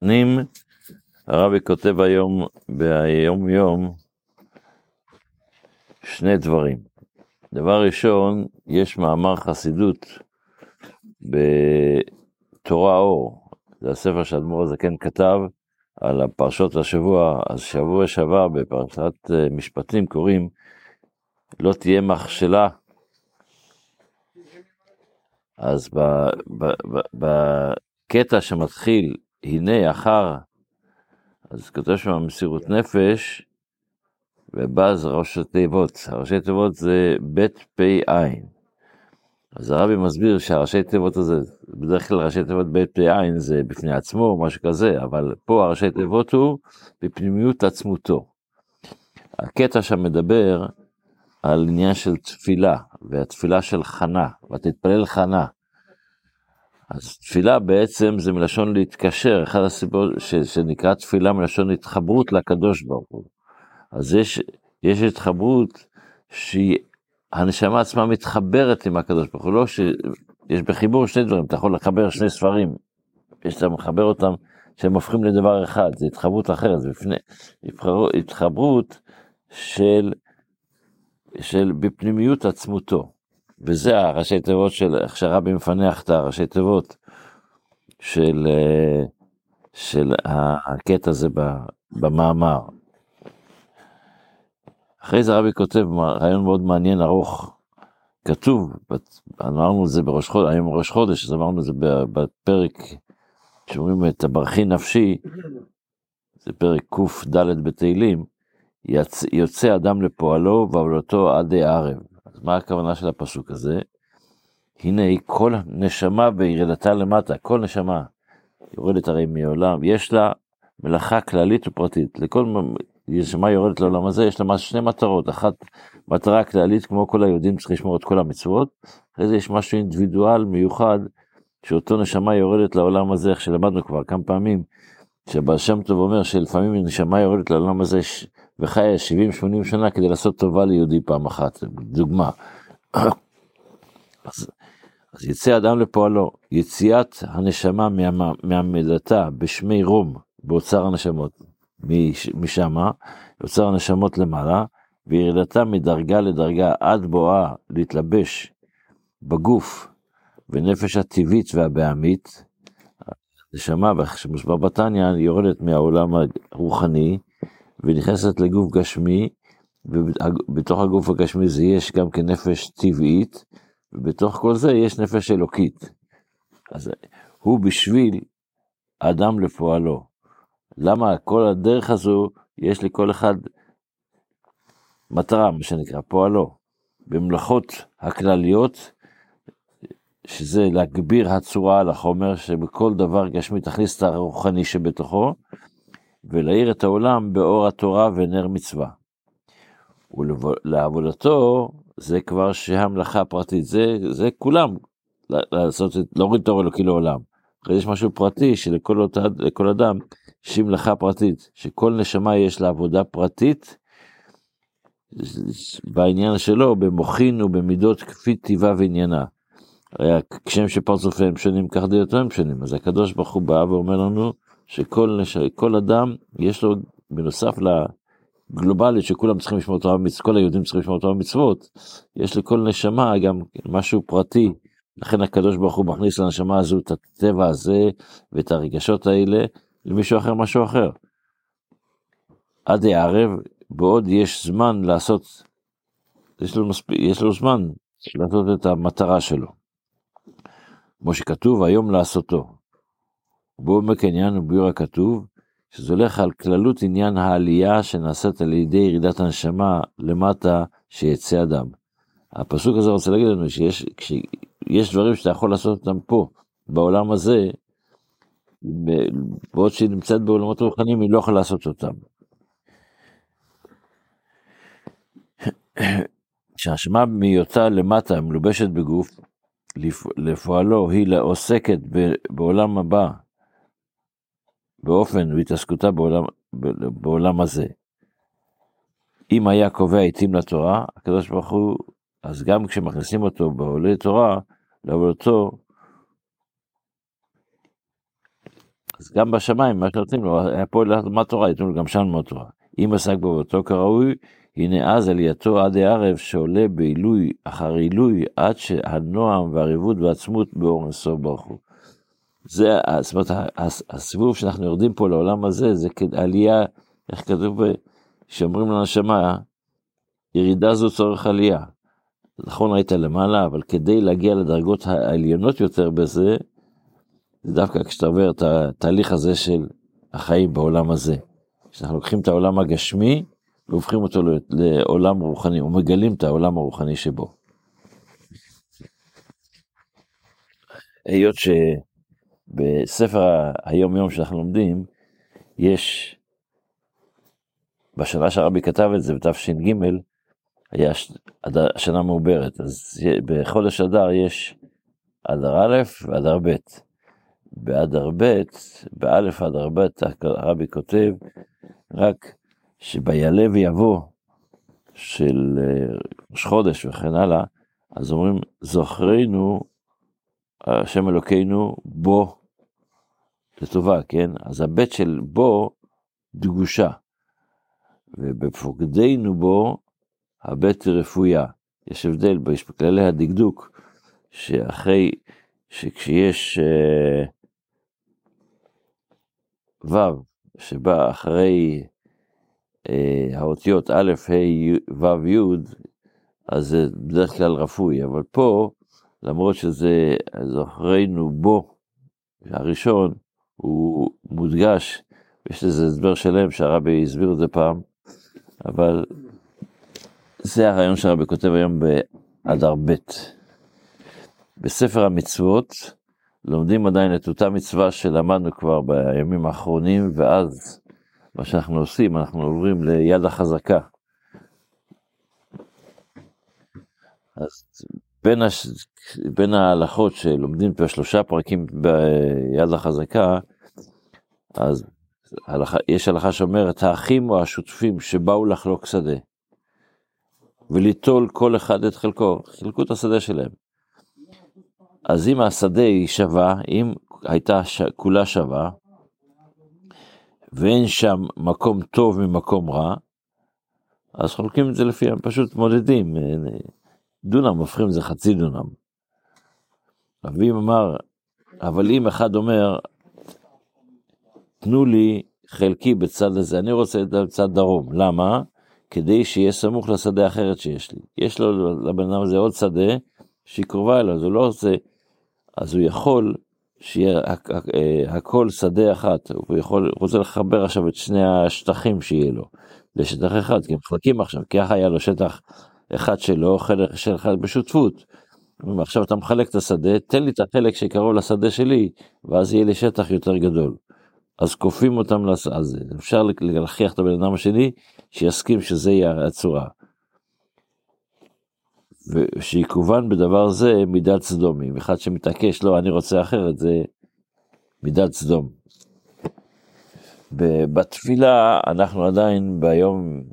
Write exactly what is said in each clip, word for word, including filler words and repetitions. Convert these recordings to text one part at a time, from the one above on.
נים, הרבי כותב היום, ביום יום, שני דברים. דבר ראשון, יש מאמר חסידות בתורה אור, זה הספר שהאדמו"ר הזקן כתב על הפרשות השבוע. אז שבוע שעבר בפרשת משפטים קוראים לא תהיה מכשלה. אז בקטע שמתחיל הנה אחר, אז כתוב שם מסירות נפש, ובא זה ראשי תיבות. ראשי תיבות זה בית פי עין. אז הרבי מסביר שהראשי תיבות הזה, בדרך כלל ראשי תיבות בית פי עין זה בפני עצמו או משהו כזה, אבל פה הראשי תיבות הוא בפנימיות עצמותו. הקטע שם מדבר על עניין של תפילה, והתפילה של חנה, ותתפלל חנה. אז תפילה בעצם זה מלשון להתקשר, אחד הסיבות ש, שנקרא תפילה מלשון התחברות לקדוש ברוך הוא. אז יש, יש התחברות שהנשמה עצמה מתחברת עם הקדוש ברוך הוא, לא שיש בחיבור שני דברים, אתה יכול לחבר שני ספרים, יש אתה מחבר אותם שהם הופכים לדבר אחד, זה התחברות אחרת, זה בפני, התחברות של, של בפנימיות עצמותו. וזה הראשי תיבות של, איך שהרבי מפנח את הראשי תיבות של, של הקטע הזה במאמר. אחרי זה הרבי כותב רעיון מאוד מעניין ארוך, כתוב, אמרנו את זה בראש חודש, היום ראש חודש, אז אמרנו את זה בפרק, שאומרים את הברכי נפשי, זה פרק קוף ד' בתהילים, יוצא אדם לפועלו ועבודתו עד הערב. אז מה הכוונה של הפסוק הזה? הנה היא כל נשמה בירדתה למטה, כל נשמה יורדת הרי מעולם, יש לה מלאכה כללית ופרטית, לכל נשמה יורדת לעולם הזה, יש לה שני מטרות, אחת מטרה כללית, כמו כל היהודים צריך לשמור את כל המצוות, אחרי זה יש משהו אינדיבידואל מיוחד, שאותו נשמה יורדת לעולם הזה, איך שלמדנו כבר כמה פעמים, שבעל שם טוב אומר שלפעמים נשמה יורדת לעולם הזה, וחיה שבעים שמונים שנה כדי לעשות טובה ליהודי פעם אחת, דוגמה. אז, אז יצא אדם לפועלו, יציאת הנשמה מה, מהמדתה בשמי רום, באוצר הנשמות, משם, באוצר הנשמות למעלה, וירדתה מדרגה לדרגה עד בואה להתלבש בגוף ונפש הטבעית והבהמית, נשמה, שמוסבר בתניא, יורדת מהעולם הרוחני, ונכנסת לגוף גשמי, ובתוך הגוף הגשמי זה יש גם כנפש טבעית, ובתוך כל זה יש נפש אלוקית. אז הוא בשביל אדם לפועלו. למה כל הדרך הזו, יש לכל אחד מטרה, מה שנקרא, פועלו. במלאכות הכלליות, שזה להגביר הצורה על החומר, שבכל דבר גשמי תכניס את הרוחני שבתוכו, ולהאיר את העולם באור התורה ונר מצווה. ולעבודתו זה כבר שהמלאכה הפרטית, זה, זה כולם, לעשות, להוריד תור אלוקי לעולם. אחרי יש משהו פרטי שלכל אותה, לכל אדם שהיא מלאכה פרטית, שכל נשמה יש לה עבודה פרטית, בעניין שלו, במוחין ובמידות כפי טבעה ועניינה. כשם שפרצופיהם שונים, כך דיותיהם שונים. אז הקדוש ברוך הוא בא ואומר לנו, שכל נש... כל אדם יש לו, בנוסף לגלובלית שכולם צריכים לשמור תורה ומצוות, כל היהודים צריכים לשמור תורה ומצוות, יש לכל נשמה גם משהו פרטי, לכן הקדוש ברוך הוא מכניס לנשמה הזו את הטבע הזה ואת הרגשות האלה למישהו אחר משהו אחר. עד הערב, בעוד יש זמן לעשות, יש לו, מספ... יש לו זמן לעשות את המטרה שלו. כמו שכתוב, היום לעשותו. בעומק העניין וביור הכתוב, שזה הולך על כללות עניין העלייה שנעשית על ידי ירידת הנשמה למטה שיצא אדם. הפסוק הזה רוצה להגיד לנו שיש כשיש דברים שאתה יכול לעשות אותם פה, בעולם הזה, בעוד שהיא נמצאת בעולמות רוחניים, היא לא יכולה לעשות אותם. כשהנשמה מהיותה למטה מלובשת בגוף, לפועלו היא עוסקת בעולם הבא, באופן והתעסקותה בעולם, בעולם הזה. אם היה קובע עיתים לתורה, הקדוש ברוך הוא, אז גם כשמכניסים אותו בעולי תורה, לעבודתו, אז גם בשמיים, מה שנותנים לו, היה פה ללמד תורה, יתנו לו גם שם ללמוד תורה. אם עסק בו אותו כראוי, הנה אז עלייתו עד הערב שעולה בעילוי אחר עילוי, עד שהנועם והריבות והעצמות באור אינסוף ברוך הוא. זה, זאת אומרת, הסיבוב שאנחנו יורדים פה לעולם הזה, זה עלייה, איך כתוב, שאומרים לנשמה, ירידה זו צורך עלייה. נכון, ראית למעלה, אבל כדי להגיע לדרגות העליונות יותר בזה, זה דווקא כשאתה עובר את התהליך הזה של החיים בעולם הזה. כשאנחנו לוקחים את העולם הגשמי, והופכים אותו לעולם רוחני, ומגלים את העולם הרוחני שבו. היות שבספר היום יום שאנחנו לומדים, יש, בשנה שהרבי כתב את זה, בתש"ג, היה השנה מעוברת, אז בחודש אדר יש אדר א' ואדר ב'. באדר ב', באלף אדר ב', הרבי כותב, רק שביעלה ויבוא של ראש חודש וכן הלאה, אז אומרים, זוכרנו, השם אלוקינו, בו, לטובה, כן? אז הבית של בו, דגושה, ובפוקדנו בו, הבית רפויה. יש הבדל, יש בכללי הדקדוק, שאחרי, שכשיש אה, וו, שבא אחרי אה, האותיות א', ה', ו', י', אז זה בדרך כלל רפוי, אבל פה, למרות שזה זוכרנו בו, הראשון, הוא מודגש, יש לזה הסבר שלם שהרבי הסביר את זה פעם, אבל זה הרעיון שהרבי כותב היום באדר ב'. בספר המצוות, לומדים עדיין את אותה מצווה שלמדנו כבר בימים האחרונים, ואז מה שאנחנו עושים, אנחנו עוברים ליד החזקה. אז בין, הש... בין ההלכות שלומדים פה שלושה פרקים ביד החזקה, אז הלכה, יש הלכה שאומרת, האחים או השותפים שבאו לחלוק שדה, וליטול כל אחד את חלקו, חילקו את השדה שלהם. אז אם השדה היא שווה, אם הייתה ש... כולה שווה, ואין שם מקום טוב ממקום רע, אז חולקים את זה לפי, הם פשוט מודדים, דונם, הופכים את זה חצי דונם. אביב אמר, אבל אם אחד אומר, תנו לי חלקי בצד הזה, אני רוצה את בצד דרום, למה? כדי שיהיה סמוך לשדה אחרת שיש לי. יש לו לבן אדם הזה עוד שדה, שהיא קרובה אליו, זה לא רוצה, אז הוא יכול שיהיה הכל שדה אחת, הוא יכול, הוא רוצה לחבר עכשיו את שני השטחים שיהיה לו, לשטח אחד, כי הם חלקים עכשיו, כי היה לו שטח אחד שלו, חלק של אחד בשותפות, עכשיו אתה מחלק את השדה, תן לי את החלק שקרוב לשדה שלי, ואז יהיה לי שטח יותר גדול. אז קופים אותם לשדה, אז אפשר להכריח את הבן אדם השני, שיסכים שזה יהיה הצורה. ושיקובן בדבר זה מידת סדומים, אחד שמתעקש, לא, אני רוצה אחרת, זה מידת סדום. בתפילה אנחנו עדיין ביום,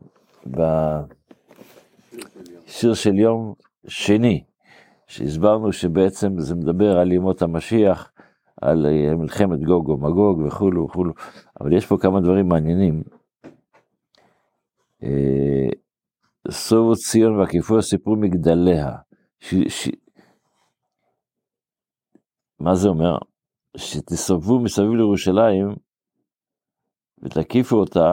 בשיר של יום שני, שהסברנו שבעצם זה מדבר על ימות המשיח, על מלחמת גוג ומגוג וכו' וכו', אבל יש פה כמה דברים מעניינים. סובו ציון והקיפוה סיפרו מגדליה. ש... ש... מה זה אומר? שתסובבו מסביב לירושלים, ותקיפו אותה,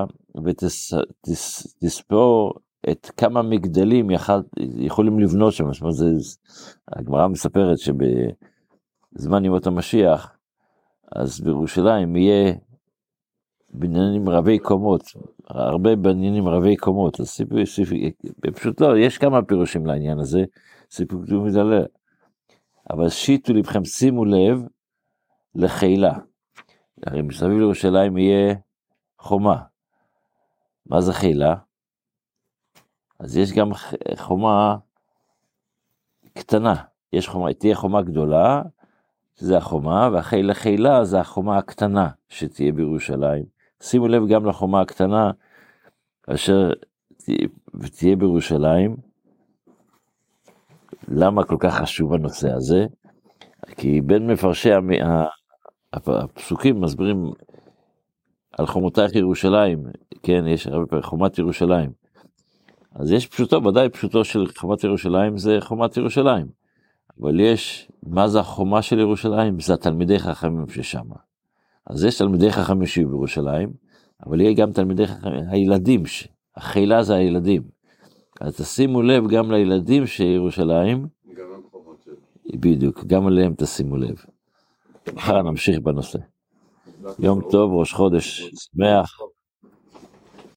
ותספור את כמה מגדלים יכל... יכולים לבנות שם. זאת אומרת, זה... הגמרא מספרת שבזמן ימות המשיח, אז בירושלים יהיה בניינים רבי קומות, הרבה בניינים רבי קומות, אז סיפור, סיפור, פשוט לא, יש כמה פירושים לעניין הזה, סיפור כתוב מדלה, אבל שיטו לבכם, שימו לב לחילה, הרי מסביב לירושלים יהיה חומה, מה זה חילה? אז יש גם חומה קטנה, יש חומה, תהיה חומה גדולה, זה החומה, והחילה חילה זה החומה הקטנה שתהיה בירושלים. שימו לב גם לחומה הקטנה, אשר תהיה בירושלים. למה כל כך חשוב הנושא הזה? כי בין מפרשי הפסוקים מסבירים על חומותייך ירושלים, כן, יש הרבה פעמים חומת ירושלים. אז יש פשוטו, ודאי פשוטו של חומת ירושלים זה חומת ירושלים. אבל יש, מה זה החומה של ירושלים? זה התלמידי חכמים ששם. אז יש תלמידי חכמים שיהיו בירושלים, אבל יהיה גם תלמידי חכמים, הילדים, החילה זה הילדים. אז תשימו לב גם לילדים של ירושלים, גם המקומות שלו. בדיוק, גם עליהם תשימו לב. מחר נמשיך בנושא. יום טוב, ראש חודש שמח.